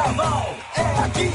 Carnaval é aqui.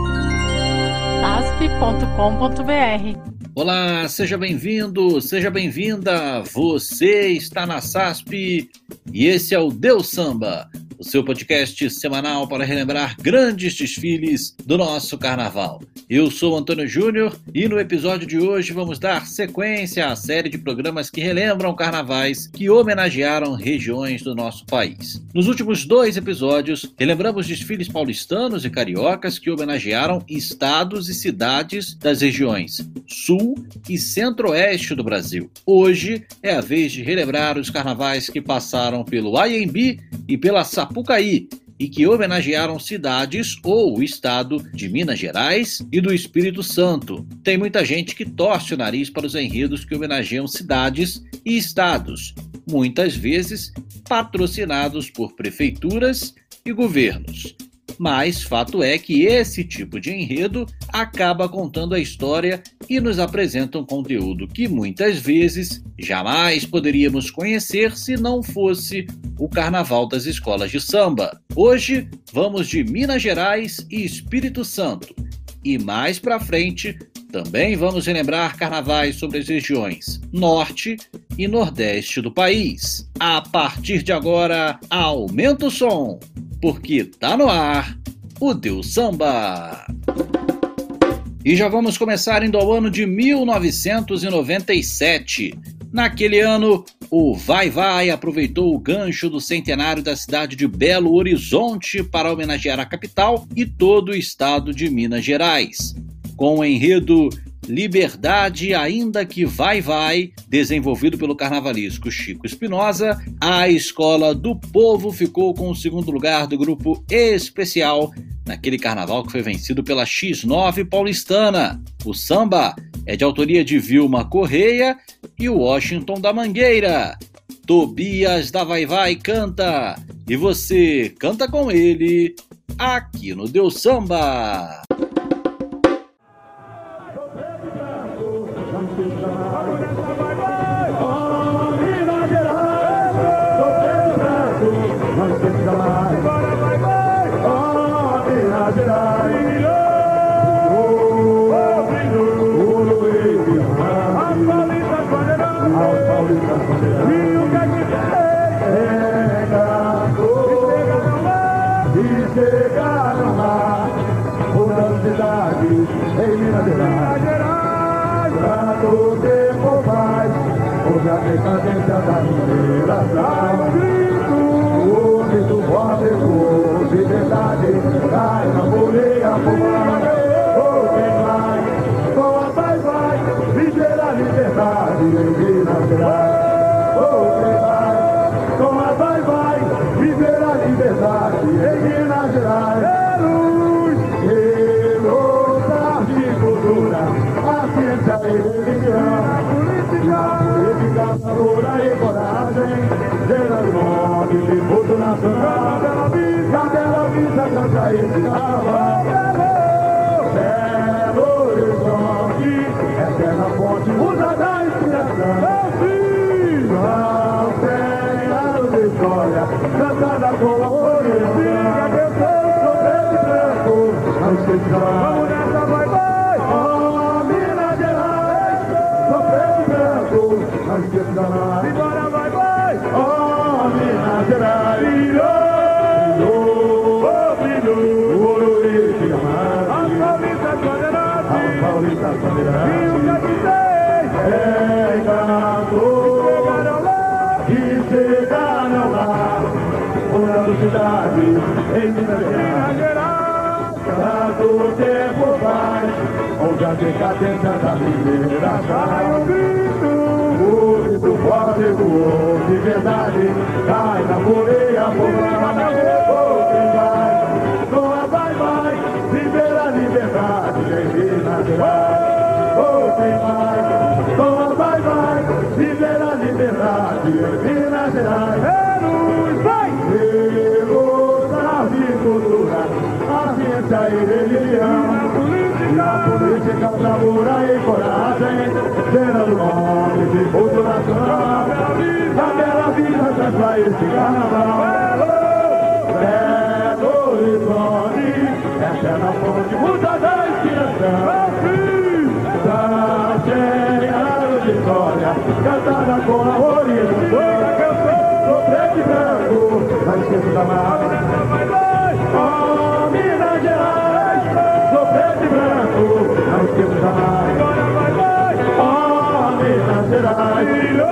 sasp.com.br. Olá, seja bem-vindo, seja bem-vinda. Você está na SASP e esse é o Deus Samba, o seu podcast semanal para relembrar grandes desfiles do nosso carnaval. Eu sou Antônio Júnior e no episódio de hoje vamos dar sequência à série de programas que relembram carnavais que homenagearam regiões do nosso país. Nos últimos 2 episódios, relembramos desfiles paulistanos e cariocas que homenagearam estados e cidades das regiões Sul e Centro-Oeste do Brasil. Hoje é a vez de relembrar os carnavais que passaram pelo Anhembi e pela Sapucaí, e que homenagearam cidades ou o estado de Minas Gerais e do Espírito Santo. Tem muita gente que torce o nariz para os enredos que homenageiam cidades e estados, muitas vezes patrocinados por prefeituras e governos. Mas fato é que esse tipo de enredo acaba contando a história e nos apresenta um conteúdo que muitas vezes jamais poderíamos conhecer se não fosse o Carnaval das Escolas de Samba. Hoje vamos de Minas Gerais e Espírito Santo. E mais pra frente também vamos relembrar carnavais sobre as regiões Norte e Nordeste do país. A partir de agora, aumenta o som, porque tá no ar o Deus Samba. E já vamos começar indo ao ano de 1997. Naquele ano, o Vai Vai aproveitou o gancho do centenário da cidade de Belo Horizonte para homenagear a capital e todo o estado de Minas Gerais. Com o enredo Liberdade Ainda Que Vai Vai, desenvolvido pelo carnavalesco Chico Espinosa, a Escola do Povo ficou com o segundo lugar do grupo especial naquele carnaval que foi vencido pela X9 paulistana. O samba é de autoria de Vilma Correia e Washington da Mangueira. Tobias da Vai Vai canta, e você canta com ele aqui no Deus Samba. Em Minas Gerais, tanto tempo faz, houve a decadência da mineração. O grito forte de verdade cai na boleia fumada. Oh, quem vai, com a Vai Vai, viver a liberdade em Minas Gerais. Oh, quem vai, com a Vai Vai, viver a liberdade em Minas Gerais. A ciência e religião, a política, sabor e coragem, gerando nome de futuro nacional. Cadela Vista canta esse carnaval. Belo Horizonte, eterna fonte, musa da inspiração. Não tem anos de história, cantada com a poesia. Sobre branco, não esqueça. Vamos nessa, vai, vai! Não esqueça mais. Embora, vai, vai! Oh, Minas Gerais! Brilhou, o ouro e diamante. A Paulista Bandeirante. E o capitão encantou. E chegaram lá, morando cidade em Minas Gerais. Tanto tempo faz, houve a decadência da mineração. O grito forte voou de verdade, cai na boleia formada. Oh, quem vai, com a Vai Vai, viver a liberdade em Minas Gerais. Oh, quem vai, com a Vai Vai, viver a liberdade em Minas Gerais. Vai! Pelo arte e cultura, a ciência e religião, a política, bravura e coragem, gerando nome de futuro nacional. A bela vida canta esse carnaval. Belo Horizonte, preto e branco, na esquerda da mata. Oh, Minas Gerais, sou preto e branco, na esquerda da mata. Oh, Minas Gerais,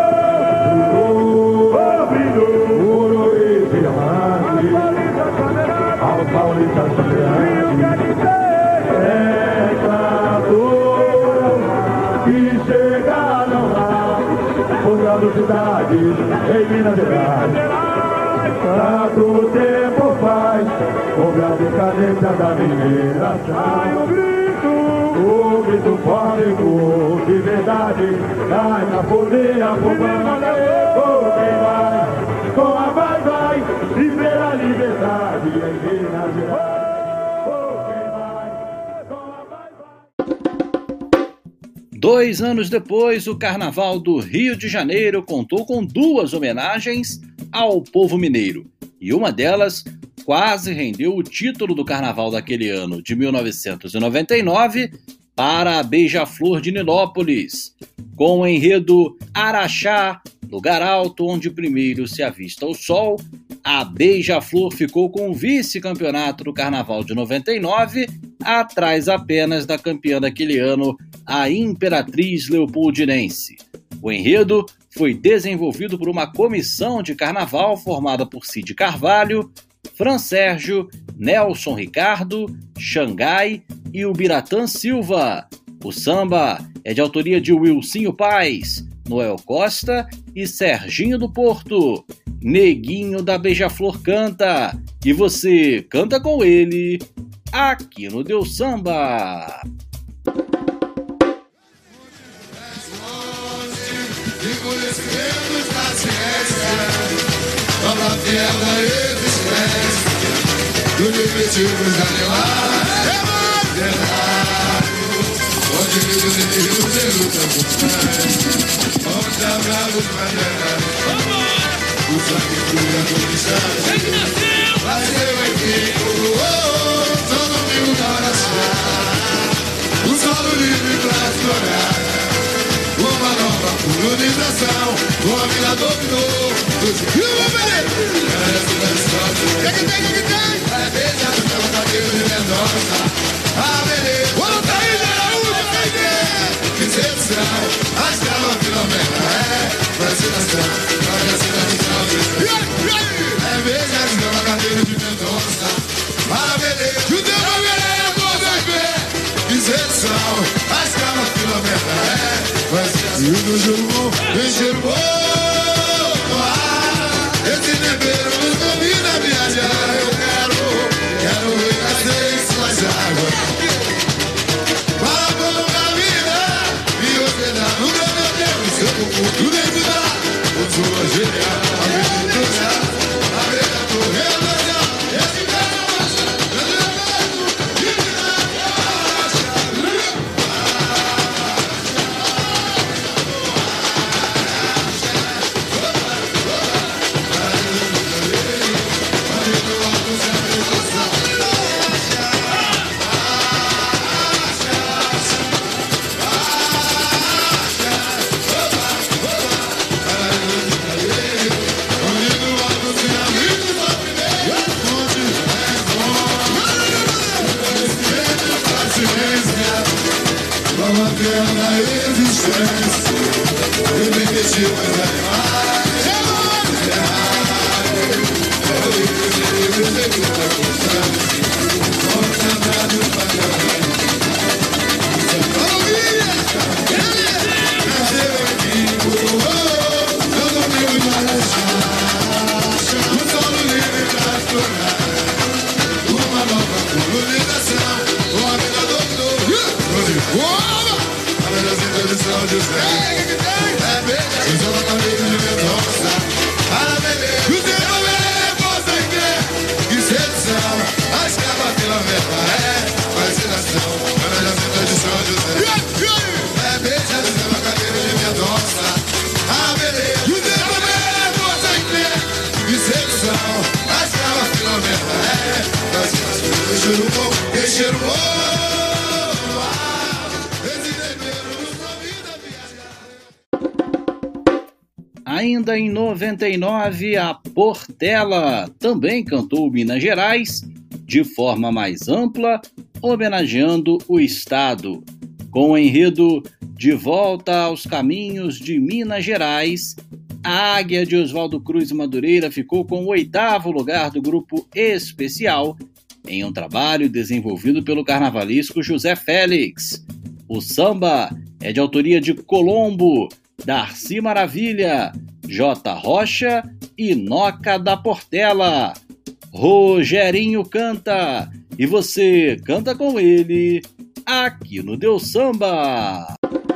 ouro e diamante, aos paulistas bandeirantes. É cantor que chegaram lá, fundando cidades em Minas Gerais. Tanto tempo faz, houve a decadência da mineração. O grito fórico de verdade cai na folia cubana. Quem vai, com a vai, viver a liberdade em Minas Gerais. Quem vai, com a vai. 2 anos depois, o Carnaval do Rio de Janeiro contou com 2 homenagens ao povo mineiro, e uma delas quase rendeu o título do Carnaval daquele ano, de 1999, para a Beija-Flor de Nilópolis, com o enredo Araxá, lugar alto onde primeiro se avista o sol. A Beija-Flor ficou com o vice-campeonato do Carnaval de 99, atrás apenas da campeã daquele ano, a Imperatriz Leopoldinense. O enredo foi desenvolvido por uma comissão de carnaval formada por Cid Carvalho, Fran Sérgio, Nelson Ricardo, Xangai e Ubiratã Silva. O samba é de autoria de Wilsinho Paes, Noel Costa e Serginho do Porto. Neguinho da Beija-Flor canta, e você canta com ele aqui no Deus Samba. Obra fiel da existência dos primitivos animais. Onde vivos e rios e lutas por onde há bravos bandeirantes, o sangue cura conquistante. Mas eu equipo, São Domingo da Araxá, um solo livre pra explorar uma nova colonização. O homem lá dominou e o homem é beija do meu cabelo de Mendonça. A beleza, o Altair de Araújo, que sedução, a escala filomena é fascinação, fascinação. É beija do meu cabelo de Mendonça. A beleza, o teu nome é Boa, que sedução, a escala filomena é fascinação. E o do Jurubom, vem Jurubom. Esse neveiro nos convida a viajar. Eu quero ver as 6 suas águas. Para prolongar a vida e hospedar no grande hotel. E seu corpo tudo em vida, com sua genial, a vida a vida correndo. Esse cara marcha, Ainda em 99, a Portela também cantou Minas Gerais de forma mais ampla, homenageando o estado. Com o enredo De Volta aos Caminhos de Minas Gerais, a Águia de Oswaldo Cruz e Madureira ficou com o 8º lugar do grupo especial, em um trabalho desenvolvido pelo carnavalesco José Félix. O samba é de autoria de Colombo, Darcy Maravilha, J. Rocha e Noca da Portela. Rogerinho canta e você canta com ele aqui no Deus Samba.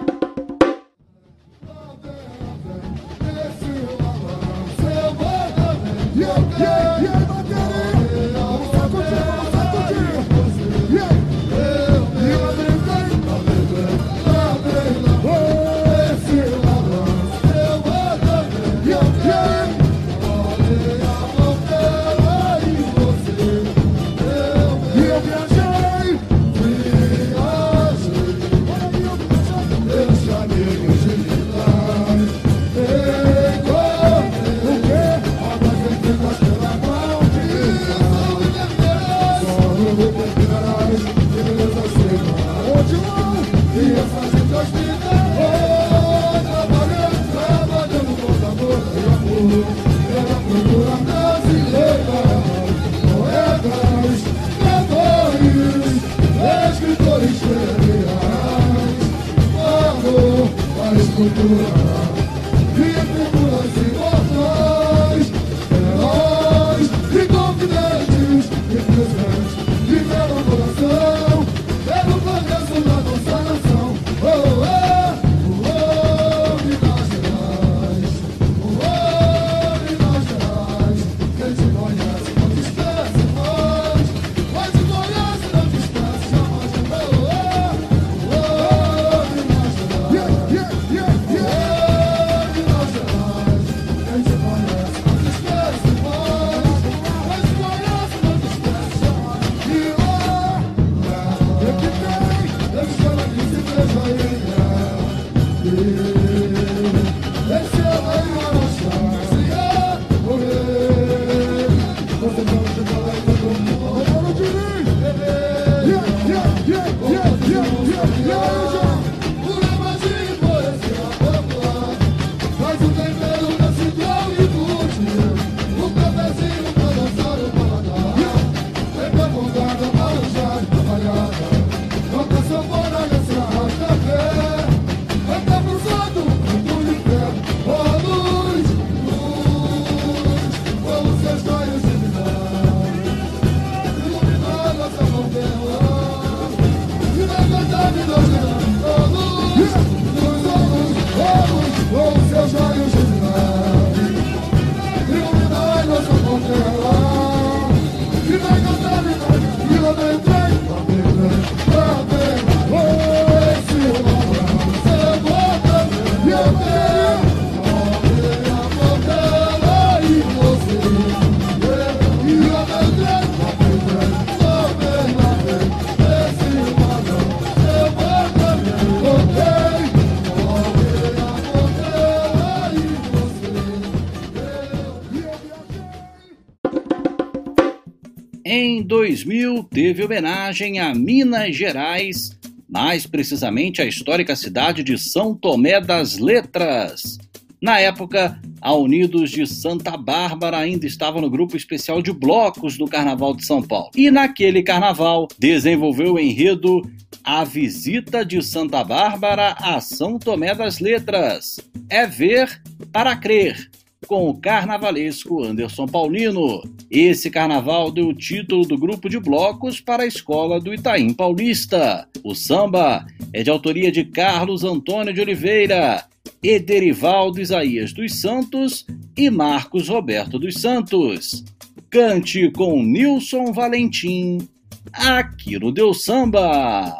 Em 2000, teve homenagem a Minas Gerais, mais precisamente à histórica cidade de São Tomé das Letras. Na época, a Unidos de Santa Bárbara ainda estava no grupo especial de blocos do Carnaval de São Paulo. E naquele carnaval, desenvolveu o enredo A Visita de Santa Bárbara a São Tomé das Letras. É ver para crer, com o carnavalesco Anderson Paulino. Esse carnaval deu o título do grupo de blocos para a escola do Itaim Paulista. O samba é de autoria de Carlos Antônio de Oliveira, Ederivaldo Isaías dos Santos e Marcos Roberto dos Santos. Cante com Nilson Valentim, aqui no Deus Samba.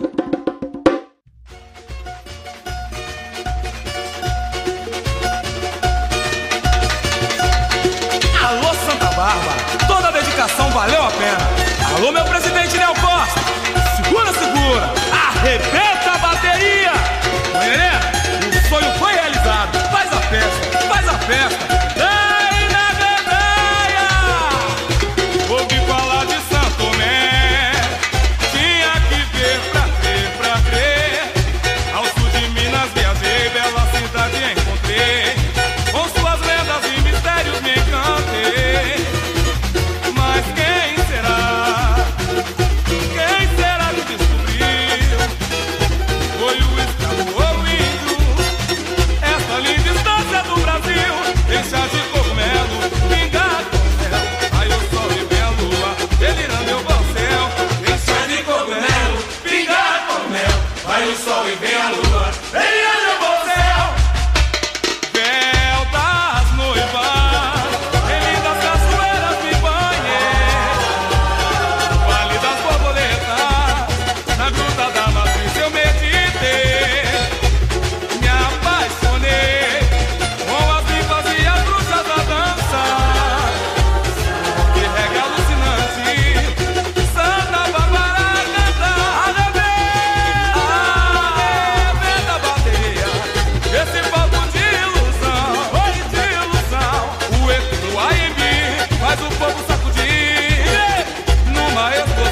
Toda a dedicação valeu a pena. Alô, meu presidente Nel Costa, segura, segura, arrebenta a bateria. Nenê, o sonho foi realizado. Faz a festa, faz a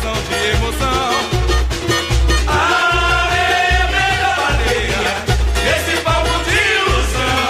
explosão de emoção. Arrebenta a bandeira desse palco de ilusão.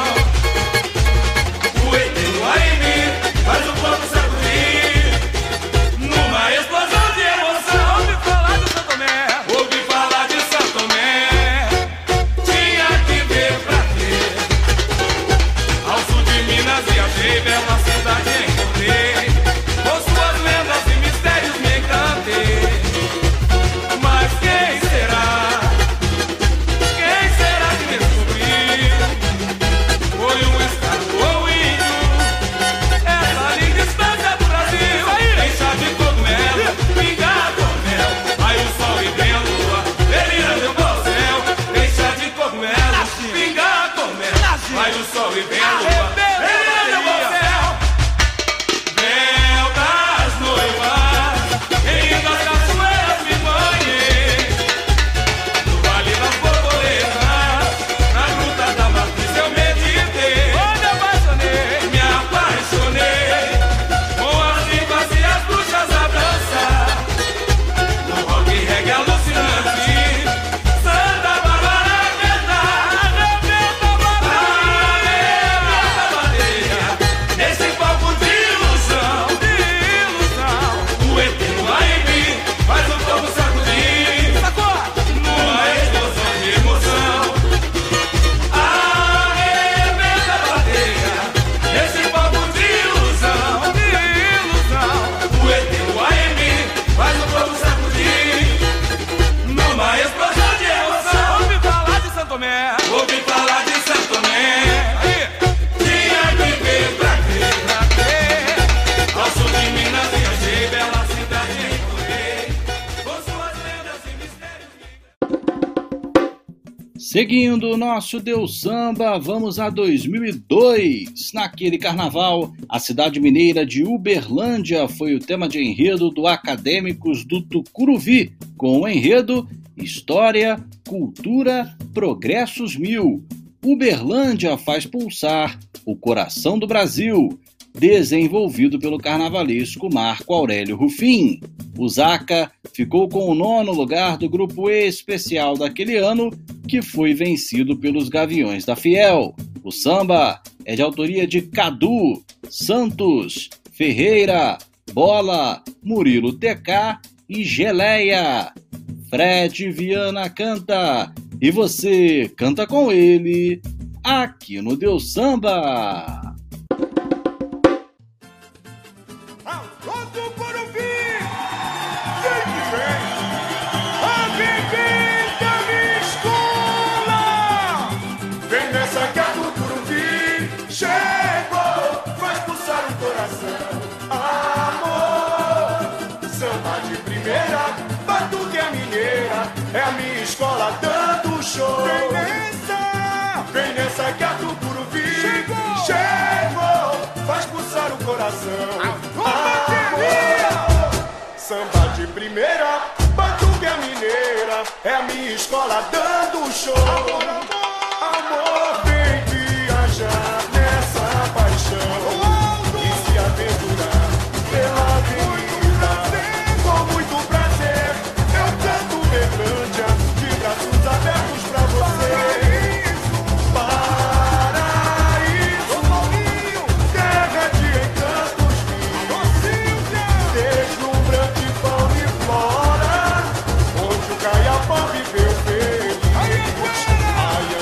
O eterno AM faz o povo sacudir numa explosão de emoção. Ouvi falar de São Tomé, ouvi falar de São Tomé. Tinha que ver pra ter. Ao sul de Minas e achei bela cidade encontrei. Com suas lendas e mistérios me encantei. Mas quem será? Quem será que descobriu? Foi um escravo ou índio? Essa linda estância do Brasil. Tem chá de cogumelo, pinga com mel. Aí o sol e vem a lua, delirando no céu. Tem chá de cogumelo, pinga com mel. Aí o sol e vem a lua, delirando no céu. Véu das noivas, em lindas cachoeiras me banhei. No vale das borboletas, na gruta da matriz eu meditei. Onde me apaixonei, com as limpas e as bruxas a dançar. No rock e reggae alucinante, Santa Bárbara a cantar. Arrebenta a bandeira desse palco de ilusão. O eterno AM faz o povo sacudir numa explosão de emoção. Arrebenta a bandeira desse palco de ilusão. O eterno AM faz o povo sacudir numa explosão de emoção. Ouvi falar de São Tomé, ouvi falar de São Tomé. Tinha que ver pra crer. Ao sul de Minas e achei bela cidade encontrei. Com suas lendas e mistérios. Seguindo o nosso Deus Samba, vamos a 2002. Naquele carnaval, a cidade mineira de Uberlândia foi o tema de enredo do Acadêmicos do Tucuruvi, com o enredo História, Cultura, Progressos Mil. Uberlândia faz pulsar o coração do Brasil, desenvolvido pelo carnavalesco Marco Aurélio Rufim. O Zaca ficou com o 9º lugar do grupo especial daquele ano, que foi vencido pelos Gaviões da Fiel. O samba é de autoria de Cadu, Santos, Ferreira, Bola, Murilo TK e Geleia. Fred Viana canta, e você canta com ele, aqui no Deus Samba. Alô, Tucuruvi! Vem que vem! A bebê da minha escola! Vem nessa que a Tucuruvi chegou! Faz pulsar o coração, amor! Samba de primeira, batuque é mineira, é a minha escola dando show! Vem nessa que a Tucuruvi chegou! Faz pulsar o coração, amor! Samba de primeira, batuque é mineira, é a minha escola dando show. Amor, vem viajar nessa paixão e se aventurar pela avenida. Com muito prazer, eu canto Uberlândia, de braços abertos pra você. Paraíso, terra de encantos mil, deslumbrante fauna e flora, onde o Caiapó viveu feliz. Ai,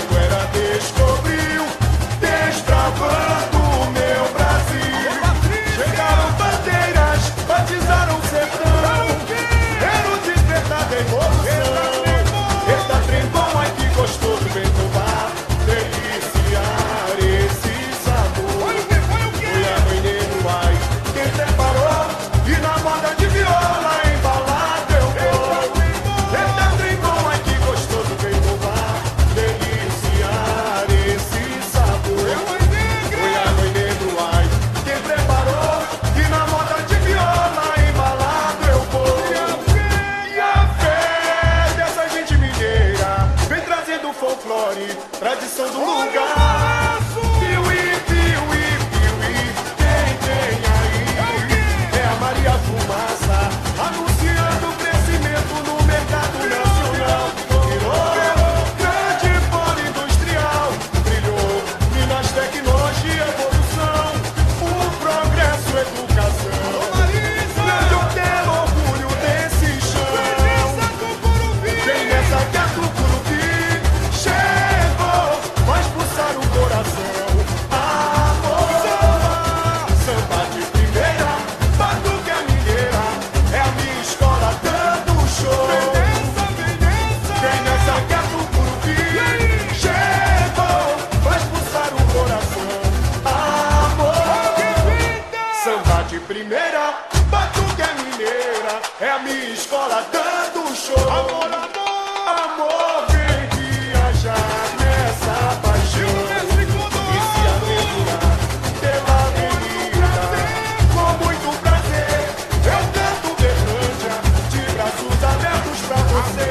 escola dando show. Amor, amor, amor, vem viajar nessa paixão. E se aventurar pela avenida. Com muito prazer, eu canto Berlândia, de braços abertos pra você.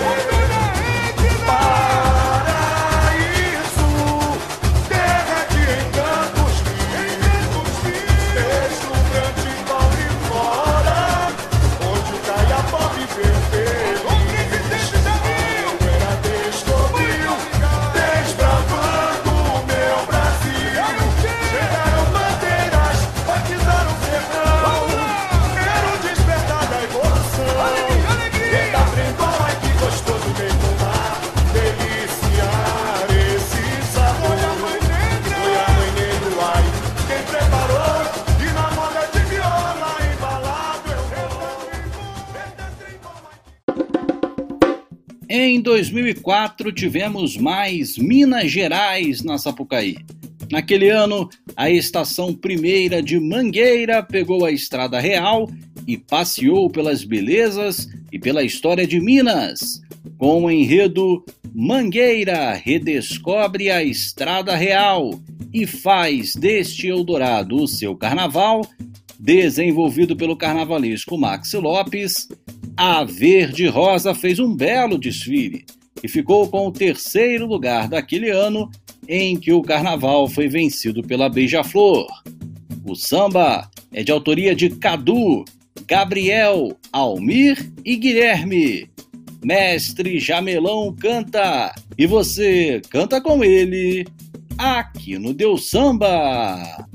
Paraíso, terra de encantos, deslumbrante pobre fora, onde o Caiapó viver feliz. Eu era descobriu, desbravando o meu Brasil. Chegaram bandeiras, batizaram o sertão, era o despertar da evolução. Eita, trembão, ai que gostoso mesmo tomar, deliciar esse sabor. Foi a mãe negro, ai, quem preparou, e na moda de viola embalado eu vou. Eita, trembão, ai. Em 2004, tivemos mais Minas Gerais na Sapucaí. Naquele ano, a estação primeira de Mangueira pegou a Estrada Real e passeou pelas belezas e pela história de Minas, com o enredo Mangueira redescobre a Estrada Real e faz deste Eldorado o seu carnaval, desenvolvido pelo carnavalesco Maxi Lopes. A Verde Rosa fez um belo desfile e ficou com o terceiro lugar daquele ano em que o carnaval foi vencido pela Beija-Flor. O samba é de autoria de Cadu, Gabriel, Almir e Guilherme. Mestre Jamelão canta e você canta com ele aqui no Deus Samba.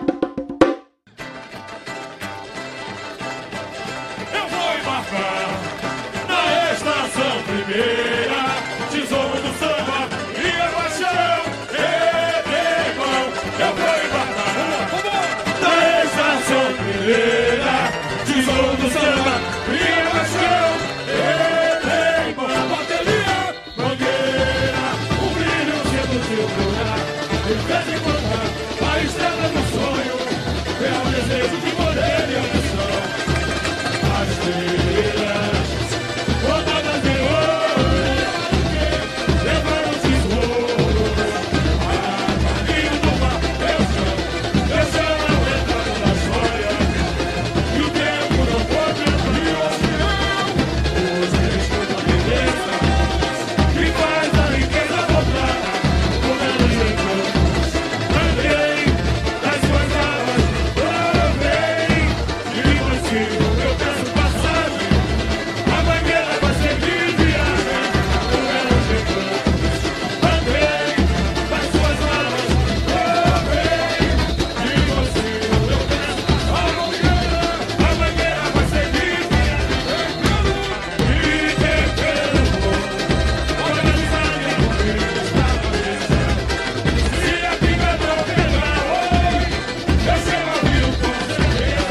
Eu vou embarcar na estação primeira, tesouro do samba e a paixão é igual. Eu vou embarcar na estação primeira, tesouro do samba e a paixão é igual. Bateria, mangueira, o brilho seduziu meu olhar, em vez de encontrar a estrada do sonho, é o desejo de poder e ambição. As estrelas, rodadas de ouro, levaram o tesouro. A caminho do mar, eu chamo a entrada da história. E o tempo não pode abrir o oceano. Os riscos da beleza, que faz a riqueza voltar. O belo jeito, andei das suas águas, provei. E você, eu peço passagem. A bandeira vai seguir viagem. O belo jeito, andei das suas águas, provei. E você, eu peço a bandeira vai seguir viagem. E tempero, organizar minha conquista na mesa. Se a pinga não pegar, oi, eu chego ao rio com certeza.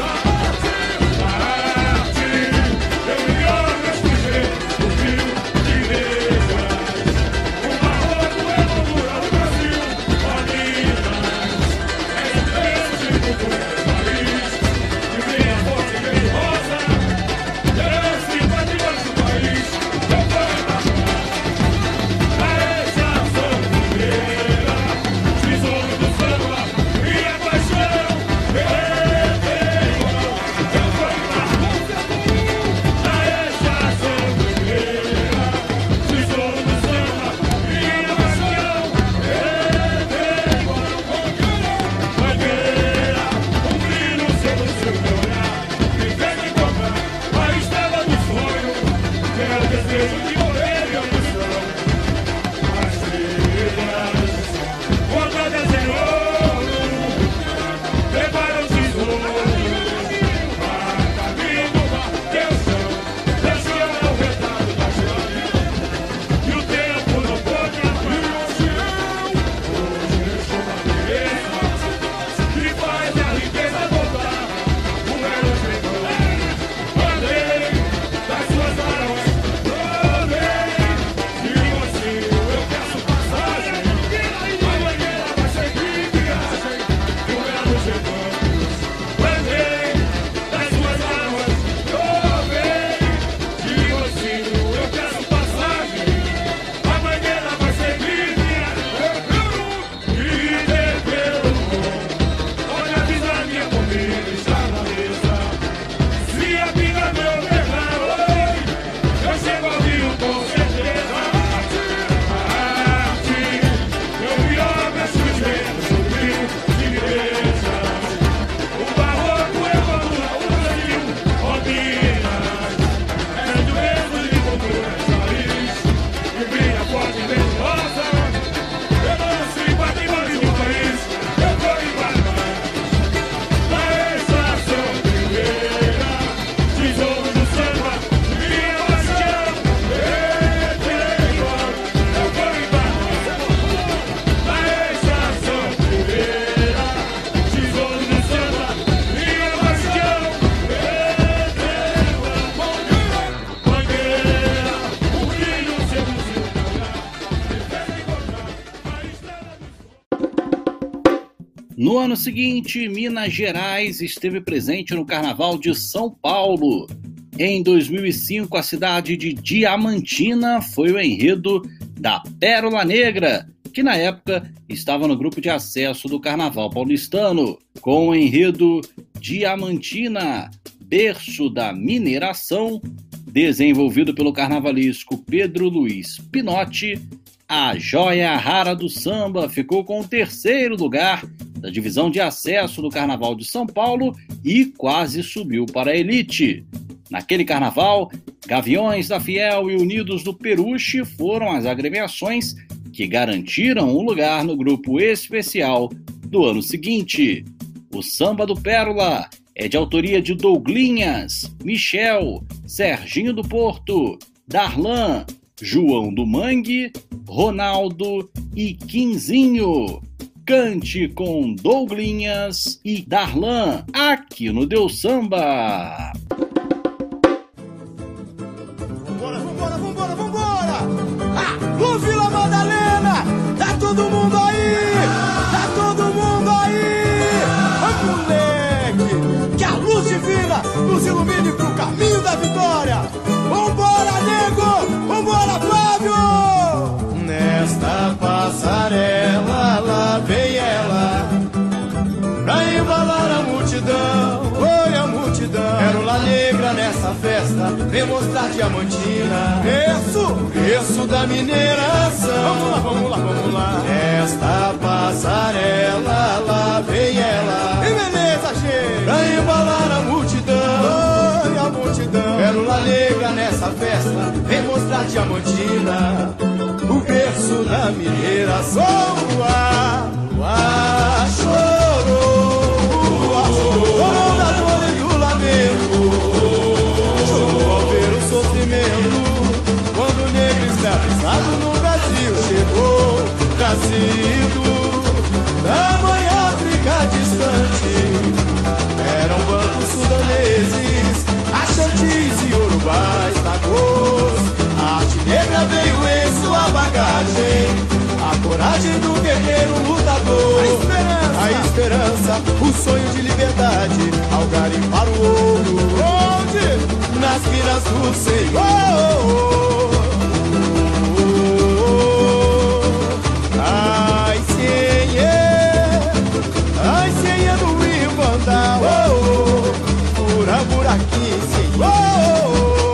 Arte, eu me orgulho o rio de letras. O Marrocos é moldura do Brasil, ó Minas. É expresso de cultura do país, de bem a forte e bem rosa. Desce pra debaixo do país, eu vou embarcar. A estação primeira, tesouro do samba e a paixão é igual. Eu vou embarcar. A estação primeira, tesouro do samba e a paixão é igual. Bandeira, um brilho sobre o seu olhar, me fez encontrar a estrada do sonho, que é o desejo de morrer e ambição. As estrelas, rodadas em ouro, levaram o tesouro. A caminho do mar, eu chamo, deixou o retrato da história. E o tempo não pode abrir o oceano. Hoje restou a beleza, que faz a riqueza voltar. O belo jeito, andei das suas águas, provei. No ano seguinte, Minas Gerais esteve presente no Carnaval de São Paulo. Em 2005, a cidade de Diamantina foi o enredo da Pérola Negra, que na época estava no grupo de acesso do Carnaval paulistano. Com o enredo Diamantina, berço da mineração, desenvolvido pelo carnavalesco Pedro Luiz Pinotti, a joia rara do samba ficou com o 3º lugar da divisão de acesso do Carnaval de São Paulo e quase subiu para a elite. Naquele carnaval, Gaviões da Fiel e Unidos do Peruche foram as agremiações que garantiram um lugar no grupo especial do ano seguinte. O Samba do Pérola é de autoria de Douglinhas, Michel, Serginho do Porto, Darlan, João do Mangue, Ronaldo e Quinzinho. Cante com Douglinhas e Darlan, aqui no Deus Samba. Vambora! No Vila Madalena, tá todo mundo aí! Tá todo mundo aí! Ô moleque, que a luz divina nos ilumine pro caminho da vitória! Vambora, nego! Vambora, Fábio! Nesta passarela, lá vem ela, pra embalar a multidão. Oi, a multidão! Pérola Negra nessa festa, vem mostrar Diamantina. Berço da mineração. Vamos lá. Esta passarela, lá vem ela. E beleza, gente! Pra embalar a multidão. Oi, a multidão! Pérola Negra nessa festa, vem mostrar Diamantina. O berço da mineração. Lua chorou da dor e do lamento, chorou ao ver o sofrimento, quando o negro escravizado no Brasil chegou, trazido da mãe África distante. Eram bancos sudaneses, Achantis e Urubais, Tagôs. A arte negra veio em sua bagagem, a coragem do guerreiro lutador, a esperança, o sonho de liberdade, ao garimpar o ouro. Onde? Nas minas do Senhor. Ai, senha do Ibandal, pura buraquinho, Senhor.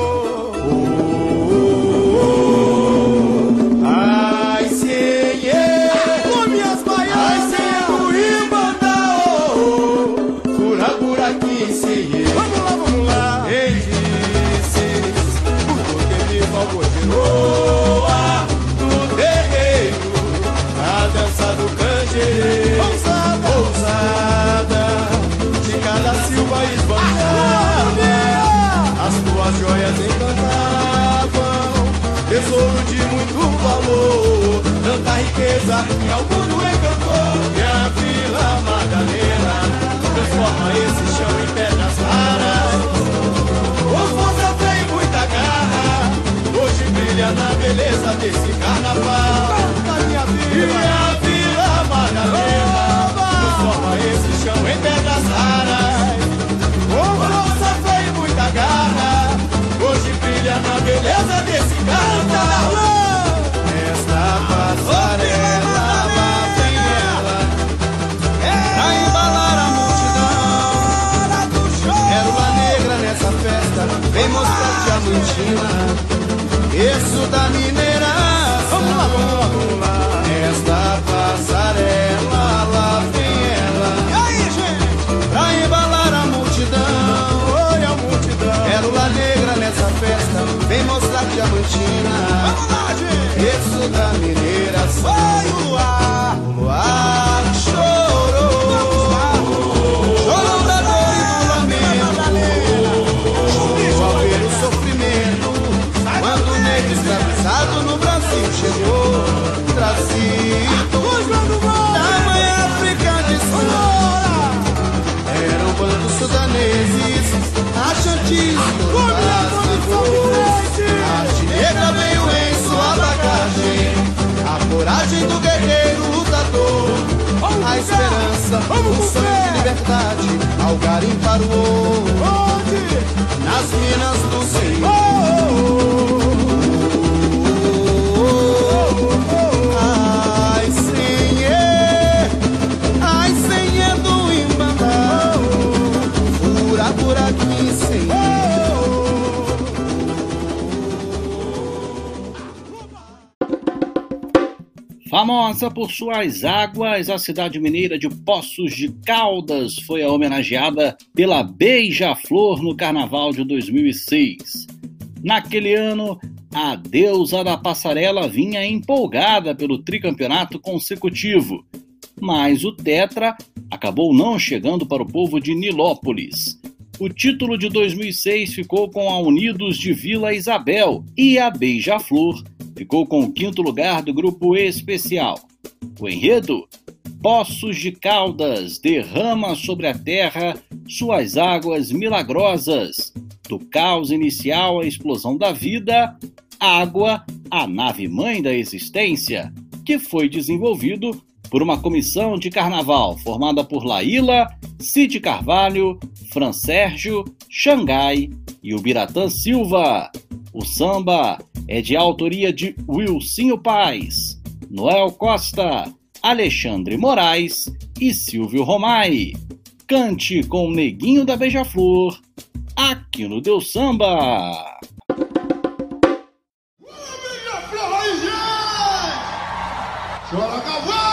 Vamos lá, quem disse, porque me falou do terreiro, a dança do canjeeiro, ousada, de cada silva esbanjava, as tuas joias encantavam, tesouro de muito valor, tanta riqueza que ao mundo encantou, e a Vila Madalena transforma esse chão em pedras raras. O força tem muita garra, hoje brilha na beleza desse carnaval. E a Vila Madalena transforma esse chão em pedras raras. O força tem muita garra, hoje brilha na beleza desse carnaval. Esta passarela, lá vem ela, pra embalar a nessa festa, vem mostrar Diamantina, berço da mineração. Vamos lá. Esta passarela, lá vem ela. E aí, gente? Pra embalar a multidão. Oi, a multidão. Pérola Negra nessa festa, vem mostrar Diamantina. Vamos lá, gente! Berço da mineração. Oi, o luar chorou. Chorou da dor e do lamento, ao ver o sofrimento, quando o negro escravizado no Brasil chegou, trazido da mãe África de Sonora. Eram bancos sudaneses, Achantis e Urubais. A arte negra veio em sua bagagem, a coragem do guerreiro lutador, a esperança, brisa, um sonho de liberdade, ao garimpar o ouro, nas minas do Senhor. Ai, senhor do Imbandá, fura por aqui, senhor. Famosa por suas águas, a cidade mineira de Poços de Caldas foi homenageada pela Beija-Flor no Carnaval de 2006. Naquele ano, a deusa da passarela vinha empolgada pelo tricampeonato consecutivo, mas o tetra acabou não chegando para o povo de Nilópolis. O título de 2006 ficou com a Unidos de Vila Isabel e a Beija-Flor ficou com o 5º lugar do grupo especial. O enredo: Poços de Caldas derrama sobre a terra suas águas milagrosas. Do caos inicial à explosão da vida, água, a nave-mãe da existência, que foi desenvolvido por uma comissão de carnaval formada por Laíla, Cid Carvalho, Fran Sérgio, Xangai e Ubiratã Silva. O samba é de autoria de Wilsinho Paz, Noel Costa, Alexandre Moraes e Silvio Romai. Cante com o Neguinho da Beija-Flor, aqui no Deus Samba. Beija-Flor aí, gente! Chora, cavalo!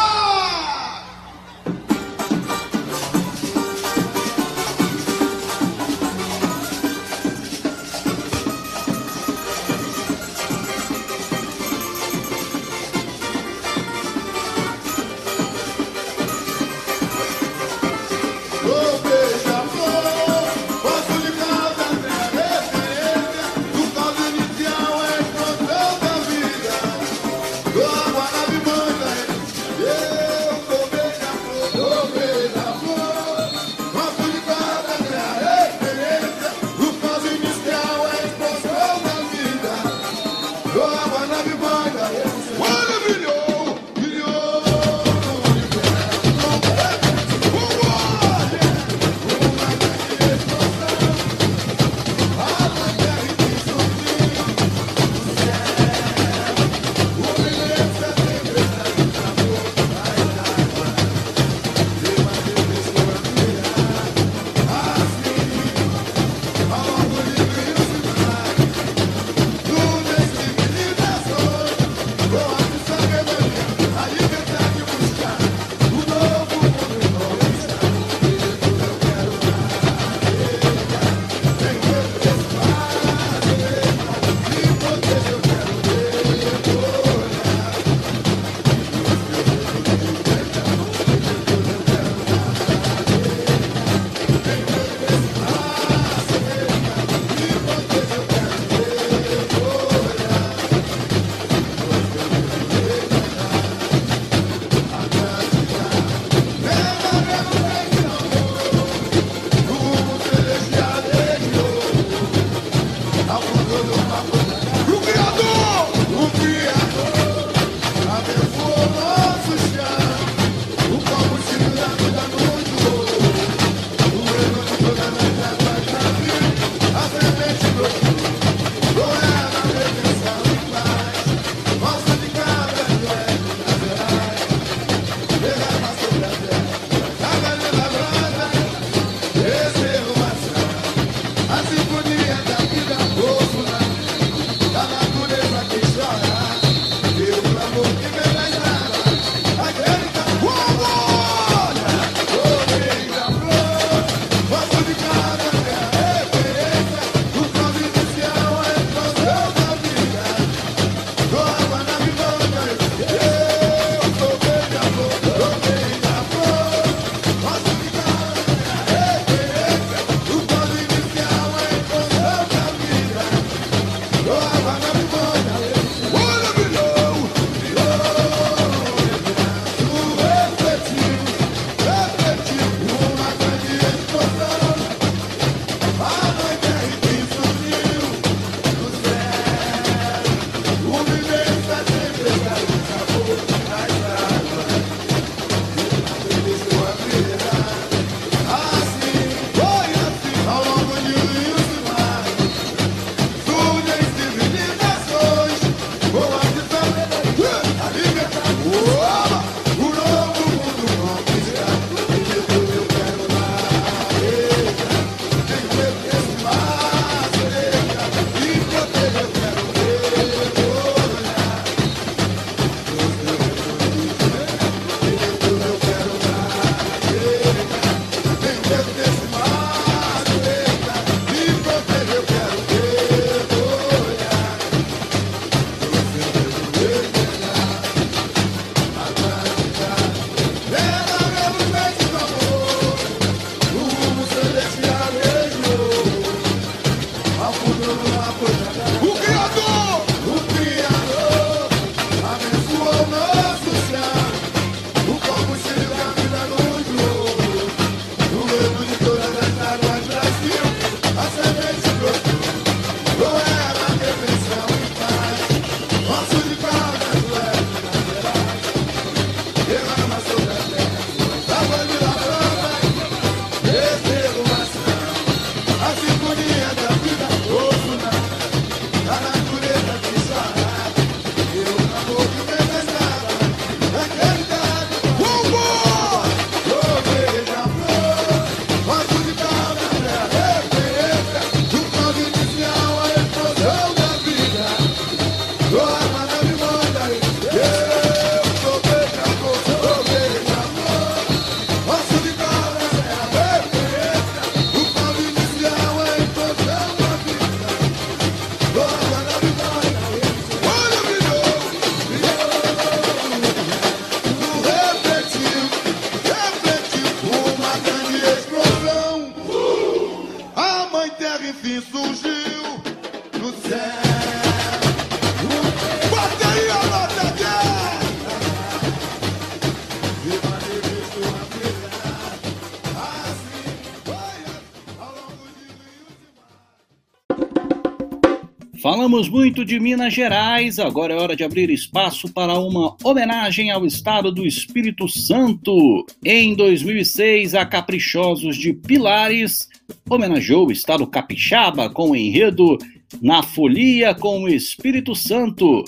Falamos muito de Minas Gerais, agora é hora de abrir espaço para uma homenagem ao estado do Espírito Santo. Em 2006, a Caprichosos de Pilares homenageou o estado capixaba com o enredo Na Folia com o Espírito Santo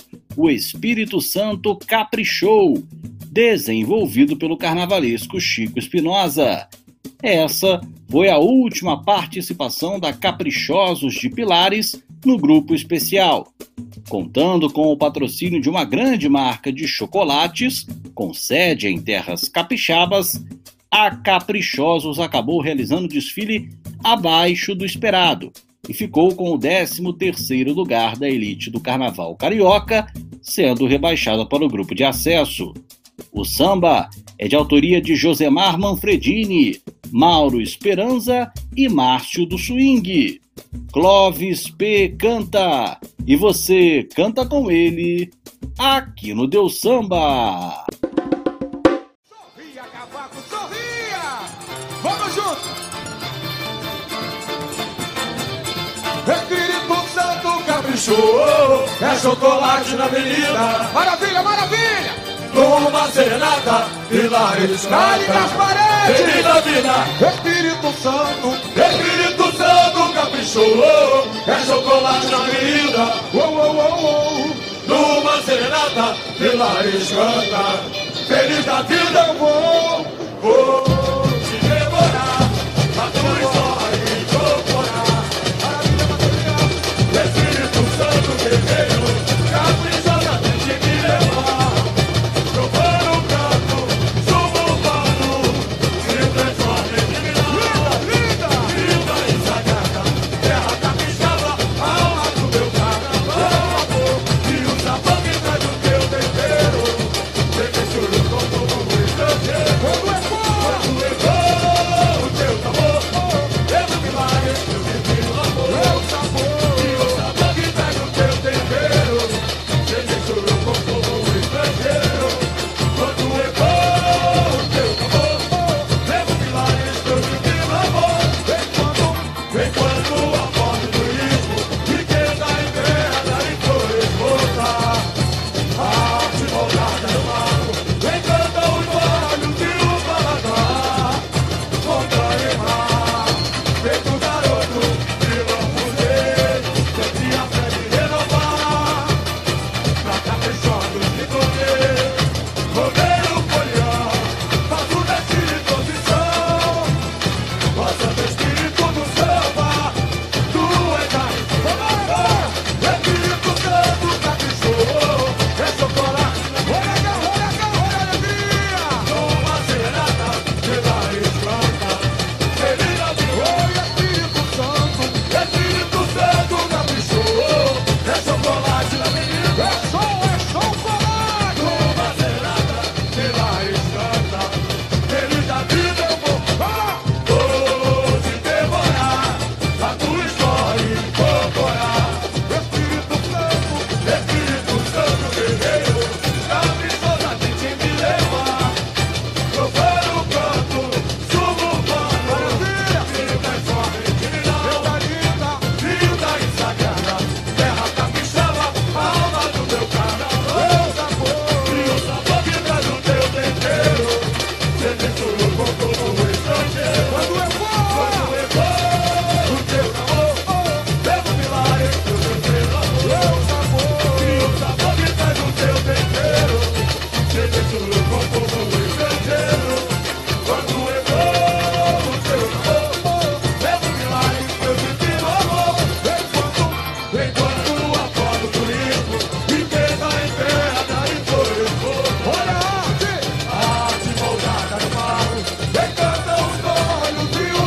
Caprichou, desenvolvido pelo carnavalesco Chico Espinosa. Essa foi a última participação da Caprichosos de Pilares no grupo especial. Contando com o patrocínio de uma grande marca de chocolates, com sede em terras capixabas, a Caprichosos acabou realizando o desfile abaixo do esperado e ficou com o 13º lugar da elite do Carnaval Carioca, sendo rebaixada para o grupo de acesso. O samba é de autoria de Josemar Manfredini, Mauro Esperanza e Márcio do Swing. Clóvis P. canta, e você canta com ele, aqui no Deus Samba. Sorria, cavaco, sorria! Vamos juntos! Espírito Santo caprichou, é chocolate na avenida. Maravilha, maravilha! Numa serenata, Pilares cai nas paredes. Feliz da vida! Espírito Santo caprichou, é chocolate na avenida. Numa serenata, Pilares canta. Feliz da vida, eu vou te devorar. A tua história incorporar. Espírito Santo guerreiro, caprichosamente me levar. Provando o canto, subo o pano, se transforma em divina. Linda e sagrada, terra capixaba, alma do meu carnaval. E o sabor que traz o teu tempero, sem que choro com todo o estrangeiro. Quando ecoa o teu sabor, leva milagres que eu vivi no amor. E o sabor que traz o teu tempero, sem que choro com todo o estrangeiro. Quando ecoa o teu sabor, leva milagres que eu vivi no amor. Enquanto a fome do risco, riqueza em terra e flores voltar. Arte moldada no barro, encanta os olhos e o paladar. Montanha e mar, feito garoto, vamos ver, sente a fé de renovar. Pra caprichosos de correr, rodeio o folhão, faço destino e posição. Nossa espírito do samba, tu és a inspiração. Espírito Santo caprichou, é chocolate. Olha, alegria. Numa serenata, Pilares canta. Feliz da vida. Oi, Espírito Santo caprichou, é chocolate na menina. É chocolate. Numa serenata, Pilares canta. Feliz da vida, eu vou te devorar, a tua história incorporar. Espírito Santo guerreiro, caprichosamente me levar. Provando o canto, subo o pano, se transforma em divina. Linda e sagrada, terra capixaba, alma do meu carnaval. E o sabor que traz o teu tempero, se mistura com todo o estrangeiro. Quando ecoa o teu amor, levo milagres que eu vivi no amor. E o sabor que traz o teu tempero, se mistura com todo o estrangeiro. Quando ecoa o teu amor, levo milagres que eu vivi no amor. Enquanto a fome do risco, riqueza em terra e flores voltar. Olha a arte moldada no barro, encanta os olhos e o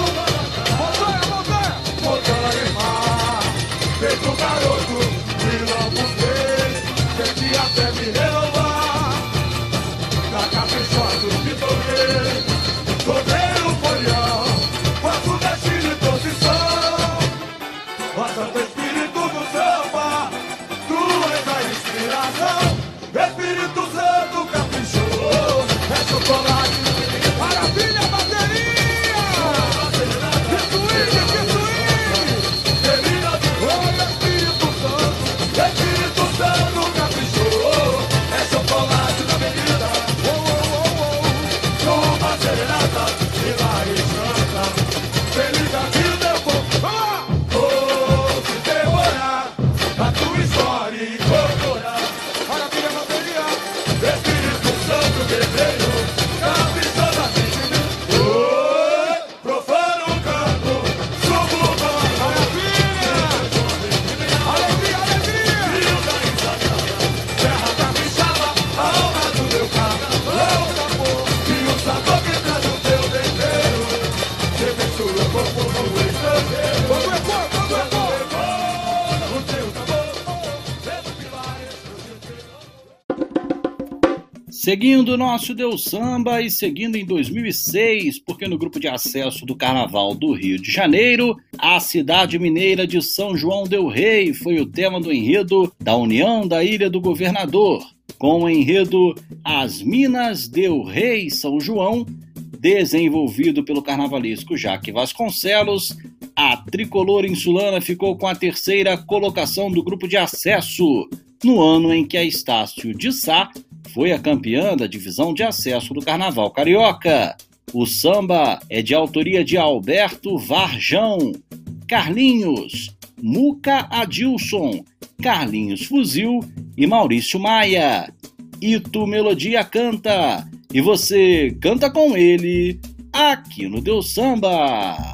montanha e mar. Feito garoto, de novos dele, sente a fé me renovar. Na caprichosos de torrer, rodeio o folhão, faço destino e posição. Ó Santo Espírito do samba, tu és a inspiração. Espírito Santo caprichou, é chocolate. Maravilha, bateria! Que swing! Feliz da vida! Oi, Espírito Santo Seguindo o nosso Deus Samba e seguindo em 2006, porque no grupo de acesso do Carnaval do Rio de Janeiro, a cidade mineira de São João del Rei foi o tema do enredo da União da Ilha do Governador, com o enredo As Minas del Rei São João, desenvolvido pelo carnavalesco Jaque Vasconcelos. A tricolor insulana ficou com a terceira colocação do grupo de acesso, no ano em que a Estácio de Sá foi a campeã da divisão de acesso do Carnaval Carioca. O samba é de autoria de Alberto Varjão, Carlinhos, Muca Adilson, Carlinhos Fuzil e Maurício Maia. Ito Melodia canta, e você canta com ele aqui no Deus Samba.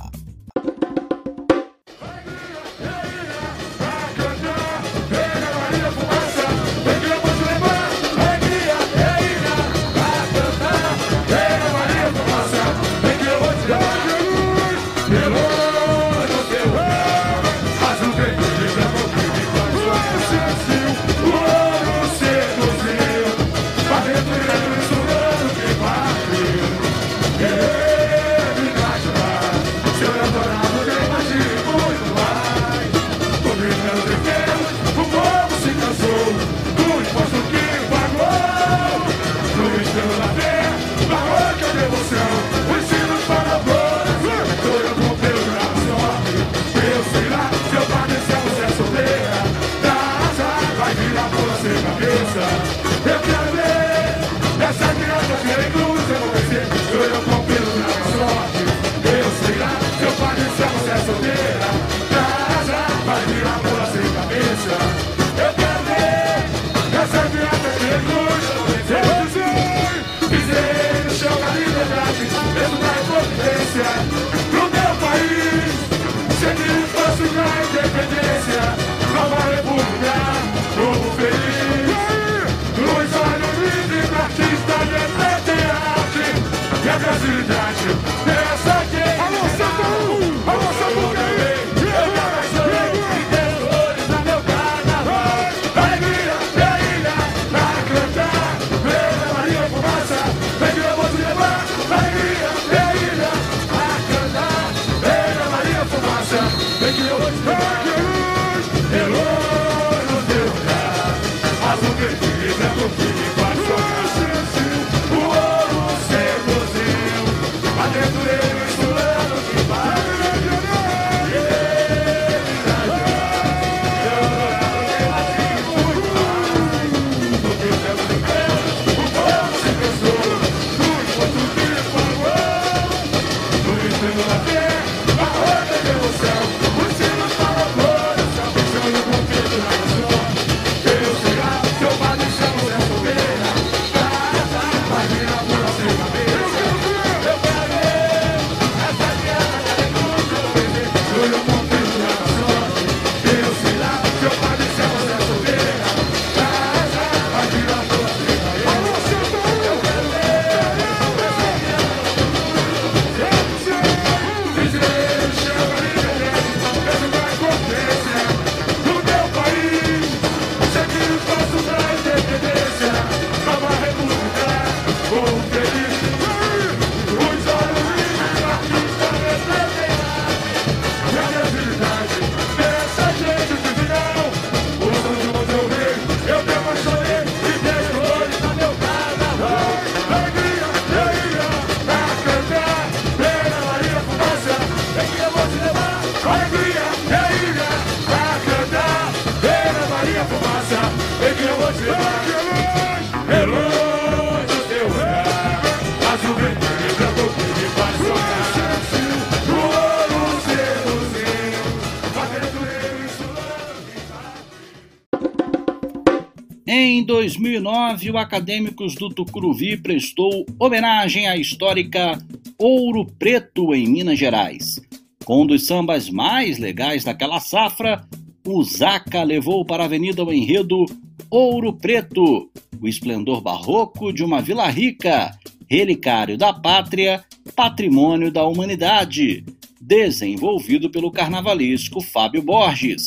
Em 2009, o Acadêmicos do Tucuruvi prestou homenagem à histórica Ouro Preto, em Minas Gerais. Com um dos sambas mais legais daquela safra, o Zaca levou para a avenida o enredo Ouro Preto, o esplendor barroco de uma vila rica, relicário da pátria, patrimônio da humanidade, desenvolvido pelo carnavalesco Fábio Borges,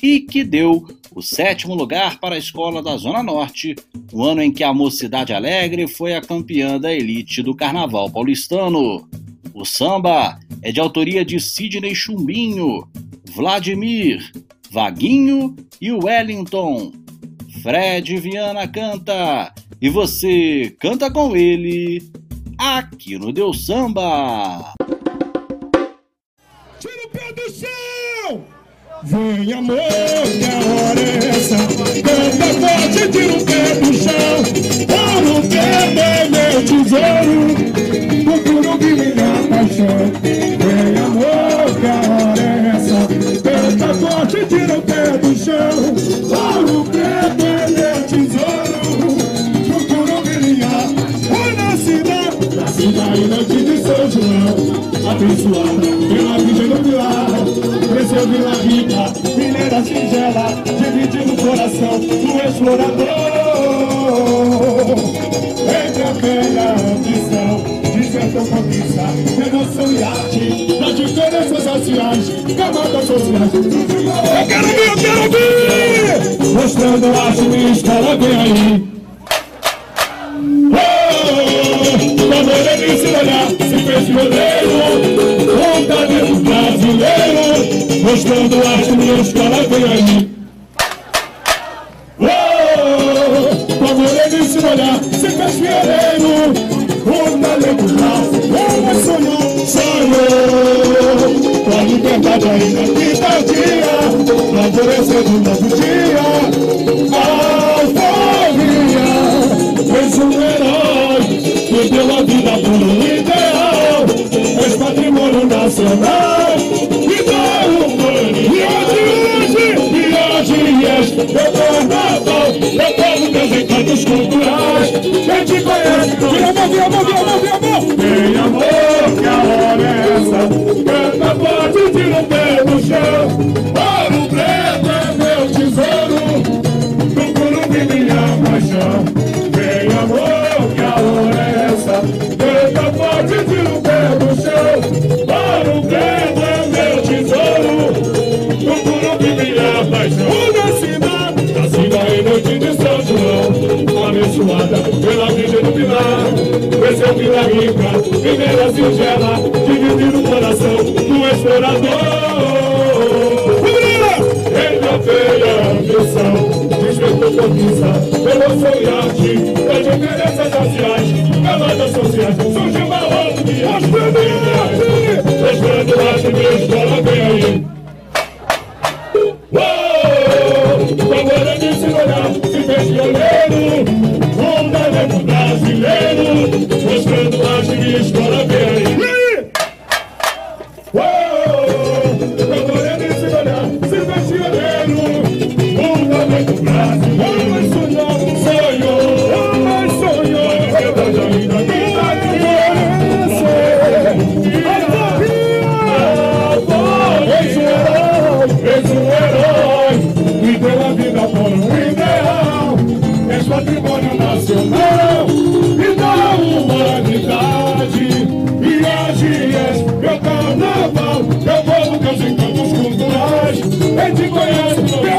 e que deu o 7º lugar para a escola da Zona Norte, no ano em que a Mocidade Alegre foi a campeã da elite do Carnaval paulistano. O samba é de autoria de Sidney Chumbinho, Vladimir, Vaguinho e Wellington. Fred Viana canta, e você canta com ele, aqui no Deus Samba. Tira o pé do chão! Vem amor, que a hora é essa. Canta forte, tira o pé do chão. Para o dedo é meu tesouro, procura ouvir minha paixão. Vem amor, que a hora é essa. Canta forte, tira o pé do chão. Para o dedo é meu tesouro, procura ouvir minha paixão. Na cidade, noite de São João, abençoada pela Virgem do Pilar. Cresceu Vila Rica, mineira singela, dividindo o coração do explorador. Entre a fé e a ambição, despertou conquista, emoção e arte, das diferenças sociais, camadas sociais. Eu quero ver! Mostrando a arte, minha escola vem aí. Quando ele se olhar, se fez pioneiro, montadeiro brasileiro, mostrando arte, minha escola vem aí. Quando ele se olhar, se fez pioneiro, montadeiro brasileiro, sonhou, com a liberdade ainda que tardia, favorecendo um novo dia, alforria, fez um herói, que deu a vida por um ideal, és patrimônio nacional e da humanidade. E hoje és meu carnaval, meu povo, meus encantos culturais. Quem te conhece, vem amor, vem amor, que a hora é essa. Canta forte, tira o pé do chão. Para o preto é meu tesouro, procuro ouvir minha paixão. Vem amor, que a hora é essa. Canta forte, tira o pé do chão. Para o preto é meu tesouro, procuro ouvir minha paixão. Nascida em noite de São João, abençoada pela Virgem do Pilar. Cresceu Vila Rica, mineira singela, dividindo o coração do explorador. Entre a fé e a ambição, despertou conquista, emoção e arte, das diferenças sociais, camadas sociais, surgiu uma onda de arte, mostrando arte, minha escola vem aí. Agora de se olhar, se fez pioneiro, montadeiro brasileiro, mostrando arte, minha escola vem aí. Agora de se olhar, se fez pioneiro, montadeiro brasileiro, sonhou, a liberdade ainda que fez um herói, me deu a vida por um ideal, és patrimônio nacional e da humanidade. E hoje és meu carnaval, meu povo, teus encantos culturais. Quem te conhece, vem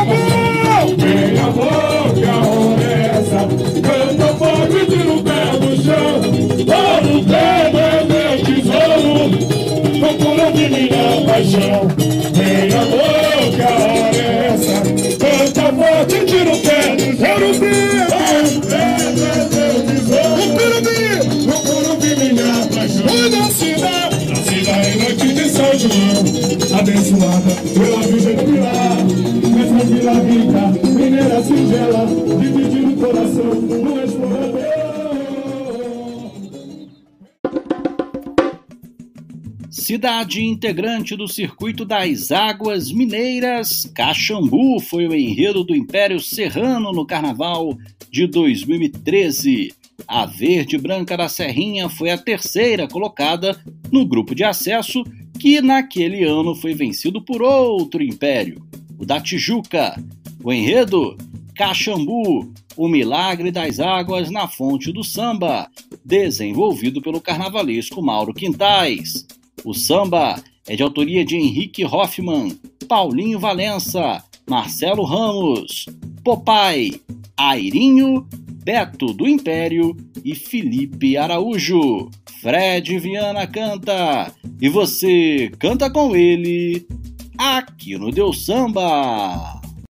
amor, que a hora é essa. Canta forte, tira o pé do chão. Para o dedo é meu tesouro, procura ouvir minha paixão. Vem amor, que a hora é essa. Canta forte, tira o pé do chão. Para o dedo é meu tesouro, procura ouvir minha paixão. Nascida em noite de São João, abençoada pela Virgem do Pilar. Nessa Vila Rica, mineira singela, dividindo o coração do explorador. Cidade integrante do circuito das águas mineiras, Caxambu foi o enredo do Império Serrano no Carnaval de 2013. A Verde Branca da Serrinha foi a terceira colocada no grupo de acesso, que naquele ano foi vencido por outro império, o da Tijuca. O enredo, Caxambu, o milagre das águas na fonte do samba, desenvolvido pelo carnavalesco Mauro Quintais. O samba é de autoria de Henrique Hoffman, Paulinho Valença, Marcelo Ramos, Popai, Airinho, Beto do Império e Felipe Araújo. Fred Viana canta e você canta com ele aqui no Deus Samba.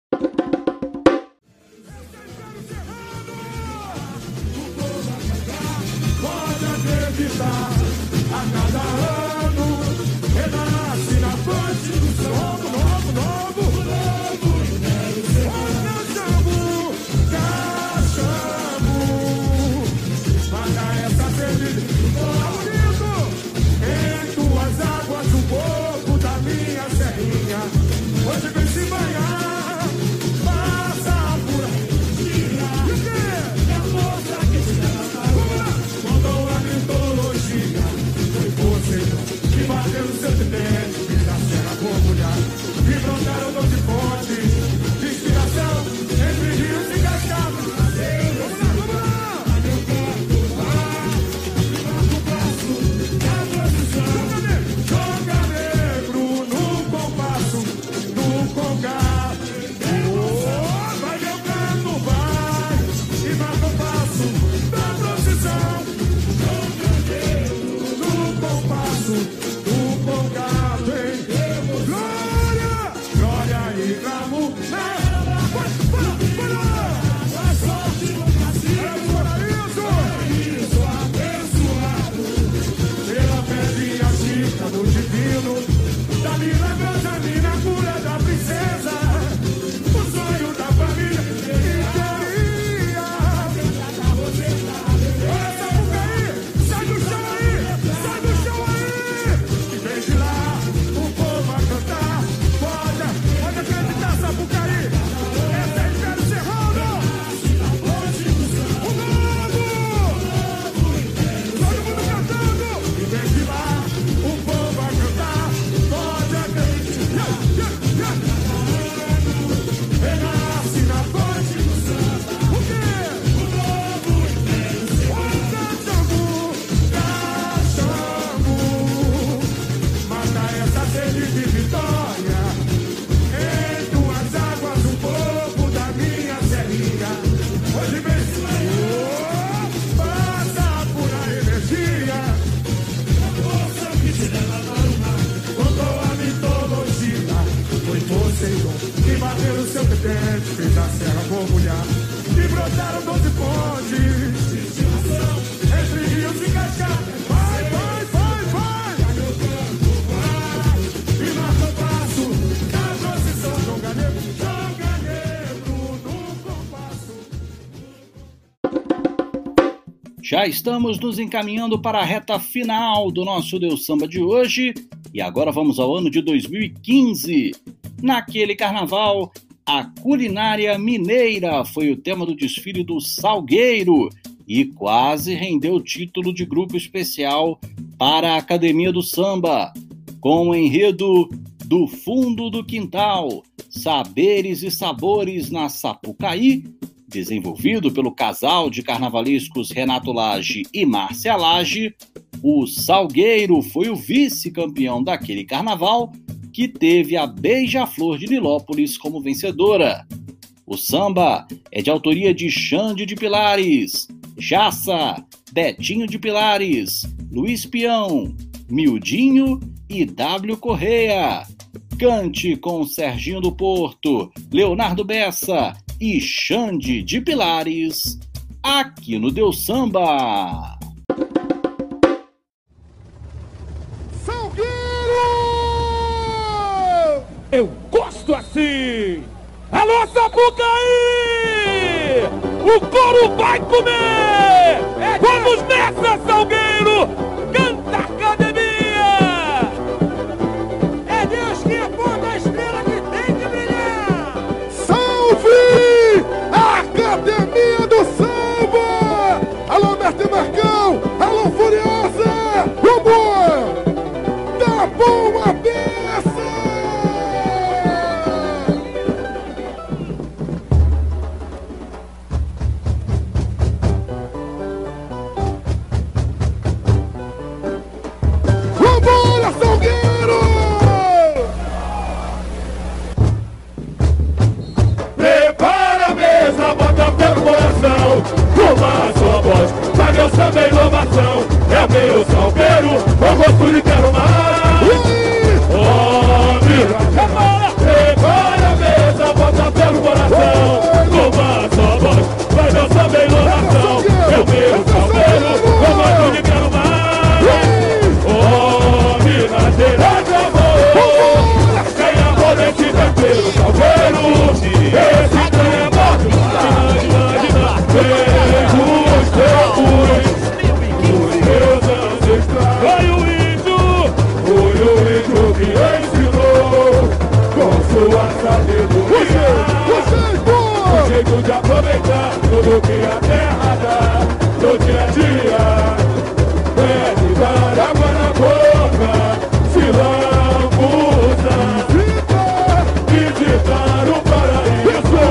Pode acreditar, a cada ano renasce na fonte do novo, novo, novo, novo. Caçamo, mata essa sede, bonito, em tuas águas o povo da minha serrinha, hoje vem se banhar, passa por aí. E o quê? É a moça que se mandou a mitologia, foi você que bateu o seu dente, fez a cena por mulher, e brotaram 12 fontes de inspiração entre rios e cascatas. Vamos lá, joga negro no compasso, no conga. Vai meu canto, vai, e marca o passo da procissão. No compasso, no congado, hein? Glória, glória e glamour. Paraíso, abençoado pela pedrinha chica do divino, da mina Benjamina, cura da princesa, o sonho da família que queria. Essa boca aí, sai do chão aí, sai do chão aí. E vem de lá, o povo a cantar. Pode acreditar, Sapucaí. Essa é Império Serrano. O novo. Todo mundo cantando. E vem de lá, o povo a cantar. Pode acreditar. Renasce na fonte do samba. O quê? O novo Império Serrano. Caçamo, mata essa sede de vitória. Em tuas águas o povo da minha serrinha, hoje vem passa por a energia, a força que te leva para o mar, contou a mitologia, foi Poseidon que bateu o seu petente, fez a serra borbulhar, e brotaram 12 pontes, entre rios e cascatas. Vai, vai, vai, vai, e marca o passo da procissão. Joga negro no compasso. Já estamos nos encaminhando para a reta final do nosso Deus Samba de hoje e agora vamos ao ano de 2015. Naquele carnaval, a culinária mineira foi o tema do desfile do Salgueiro e quase rendeu o título de grupo especial para a Academia do Samba, com o enredo Do Fundo do Quintal, Saberes e Sabores na Sapucaí, desenvolvido pelo casal de carnavalescos Renato Lage e Márcia Lage. O Salgueiro foi o vice-campeão daquele carnaval, que teve a Beija-Flor de Nilópolis como vencedora. O samba é de autoria de Xande de Pilares, Jaça, Betinho de Pilares, Luiz Peão, Mildinho e W. Correia. Cante com Serginho do Porto, Leonardo Bessa e Xande de Pilares, aqui no Deus Samba. Eu gosto assim! Alô, Sapucaí! O couro vai comer! Vamos nessa, Salgueiro! Canta academia! É Deus que aponta a estrela que tem que brilhar! Salve! A Academia do Samba! Alô, Mestre Marcão! Alô, Furiosa! Vamos! Tá bom a peça! tudo que a terra dá no dia a dia. É de dar água na boca, se lambuza, visitar o paraíso.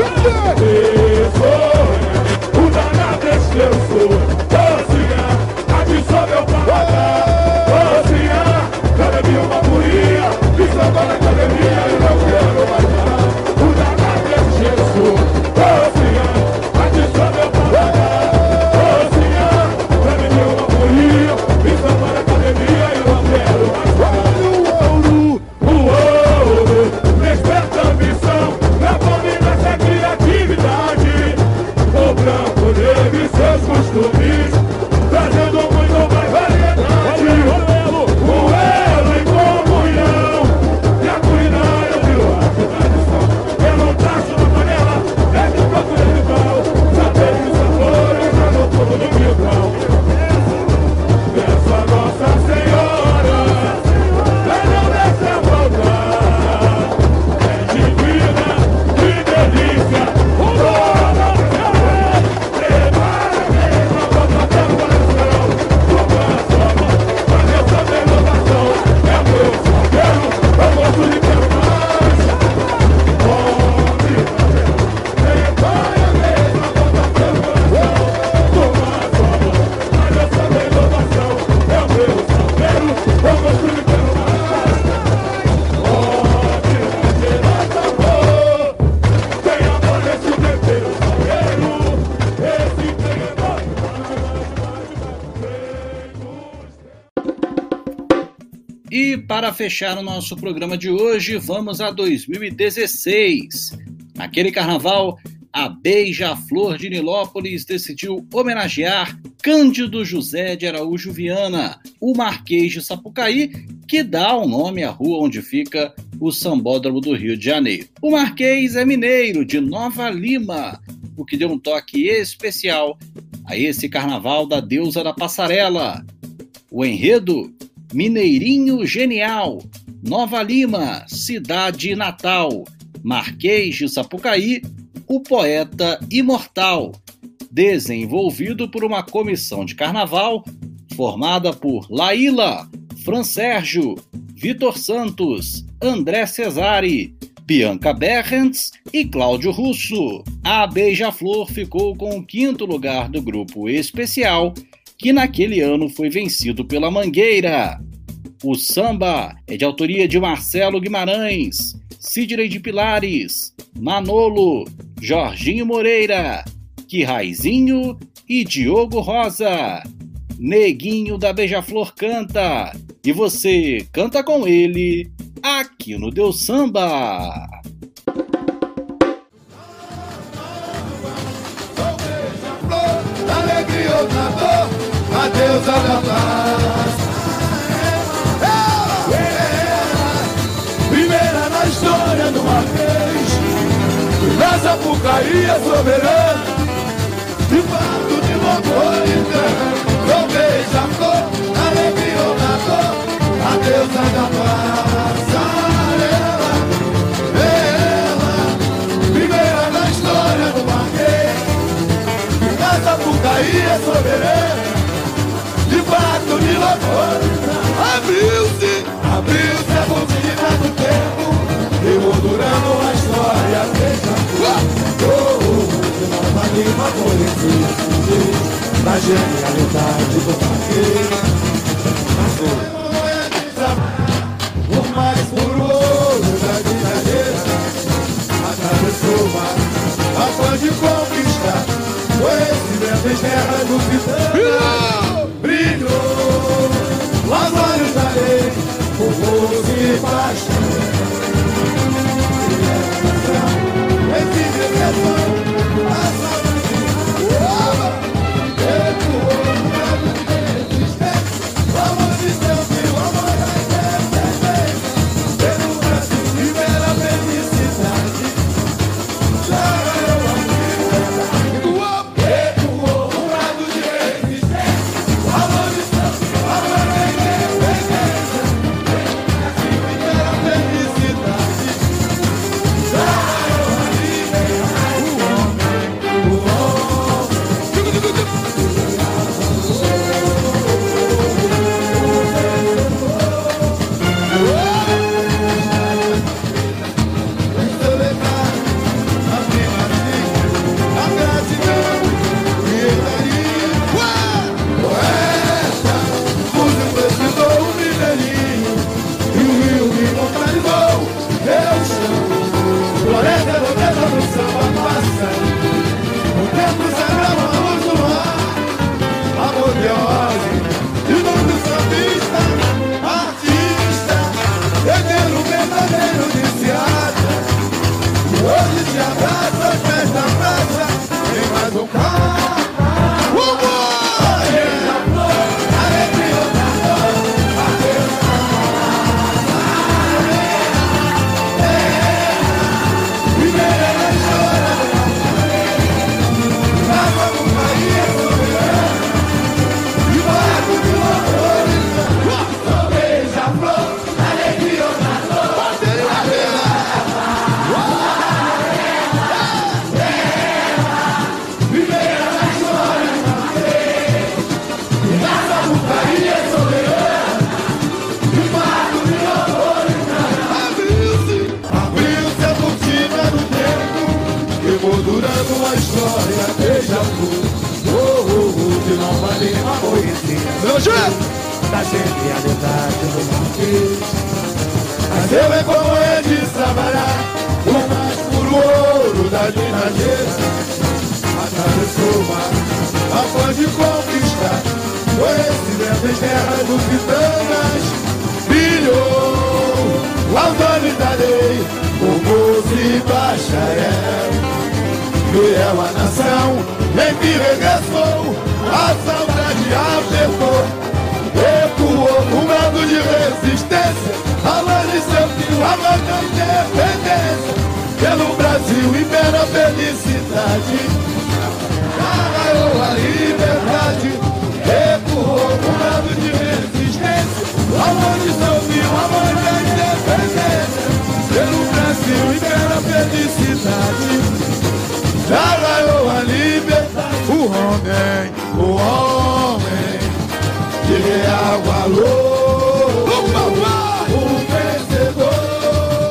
Isso, o danado esqueço, cozinhar, adição meu paladar. Cozinhar, já bebi uma purinha, fiz agora na academia e não quero mais nada. O danado esqueço, cozinhar, adição meu paladar. Cozinhar, já bebi uma purinha, fiz agora na academia e não quero mais nada. O ouro, desperta a ambição, na fome dessa criatividade. O branco deve seus costumes, trazendo muito mais variedade. O elo em comunhão, e a culinária virou a tradição. Pelo tacho na panela, deve procurar de pau, saber que os sabores já no fogo do quintal. Peço a Nossa Senhora, pra não deixar voltar. É divina, que delícia, toda prepara mesmo a boca até o coração. Toma sua mão, fazer essa renovação. É o meu sabelo, eu gosto de ter mais. Onde fazer, prepara mesmo a boca até o coração. Toma sua mão, fazer essa renovação. É o meu sabelo, eu gosto de ter mais. Onde fazer nosso amor, tem amor nesse tempero sabelo. Esse tem amor, E para fechar o nosso programa de hoje, vamos a 2016. Naquele carnaval, a Beija-Flor de Nilópolis decidiu homenagear Cândido José de Araújo Viana, o Marquês de Sapucaí, que dá o nome à rua onde fica o Sambódromo do Rio de Janeiro. O Marquês é mineiro, de Nova Lima, o que deu um toque especial a esse carnaval da deusa da passarela. O enredo: Mineirinho Genial, Nova Lima, cidade natal, Marquês de Sapucaí, o poeta imortal, desenvolvido por uma comissão de carnaval formada por Laíla, Fran Sérgio, Vitor Santos, André Cesari, Bianca Berrens e Cláudio Russo. A Beija-Flor ficou com o 5º lugar do grupo especial, que naquele ano foi vencido pela Mangueira. O samba é de autoria de Marcelo Guimarães, Sidney de Pilares, Manolo, Jorginho Moreira, Quirraizinho e Diogo Rosa. Neguinho da Beija-Flor canta, e você canta com ele aqui no Deus Samba. Alegria ou na dor, a deusa da paz. Primeira na história do Marquês, na Sapucaí é soberana, de fato de louvor e terra. Não beija-flor, alegria ou na dor, a deusa da passarela. Ela, primeira na história do Marquês, na Sapucaí é soberana, de fato de louvor. Abriu-se a cortina do tempo, emoldurando a história. De Nova Lima conheci na genialidade do Marquês. O mais puro ouro da Vinadeira atravessou o mar a fã de conquistar conhecimento em terra do Pitana. Brilhou aos olhos da lei, o povo se faz. Esse diretor, a saúde, ecoou na vida existente. O amor de Deus e o amor da independência. Pelo Brasil e pela felicidade, já ganhou a liberdade. Ecoou o lado de existente. O amor de Deus e o amor da independência. Pelo Brasil e pela felicidade. Moldurando uma história, beija-flor, de Nova Lima, poesia da genialidade do Marquês. Nasceu em Conde de Sabará, o mais puro ouro da dinajeira. Atravessou o mar, a fã de conquistar conhecimento em terras lusitanas. Brilhou ao nome da lei, o moço e bacharel. Cruel a nação, em que regressou, a saudade apertou, ecoou um medo de resistência, falando em seu filho, a voz da independência. Pelo Brasil impera a felicidade, arraiou a liberdade, ecoou um medo de resistência, falando em seu filho, a voz da independência. Pelo Brasil impera a felicidade, já ganhou a liberdade, o homem de real valor, o vencedor,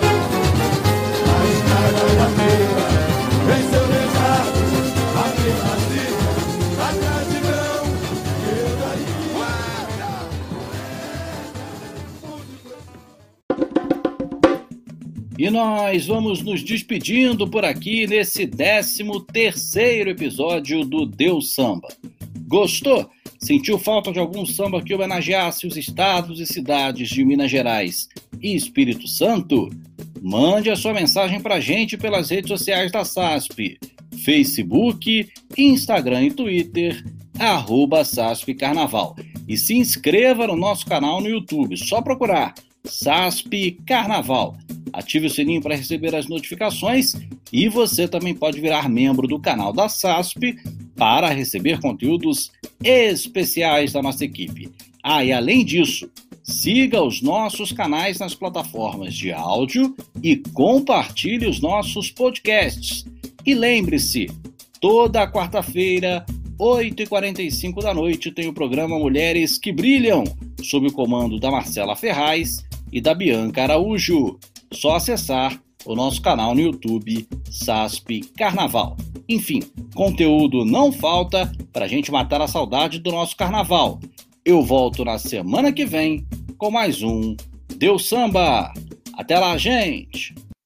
a estrada da vida, venceu legado, a primazia, a gratidão, E nós vamos nos despedindo por aqui nesse 13º episódio do Deus Samba. Gostou? Sentiu falta de algum samba que homenageasse os estados e cidades de Minas Gerais e Espírito Santo? Mande a sua mensagem pra gente pelas redes sociais da SASP, Facebook, Instagram e Twitter, @SASP Carnaval. E se inscreva no nosso canal no YouTube, só procurar SASP Carnaval. Ative o sininho para receber as notificações e você também pode virar membro do canal da SASP para receber conteúdos especiais da nossa equipe. E além disso, siga os nossos canais nas plataformas de áudio e compartilhe os nossos podcasts. E lembre-se, toda quarta-feira, 8h45 da noite, tem o programa Mulheres que Brilham, sob o comando da Marcela Ferraz e da Bianca Araújo. Só acessar o nosso canal no YouTube, SASP Carnaval. Enfim, conteúdo não falta para a gente matar a saudade do nosso carnaval. Eu volto na semana que vem com mais um Deus Samba. Até lá, gente!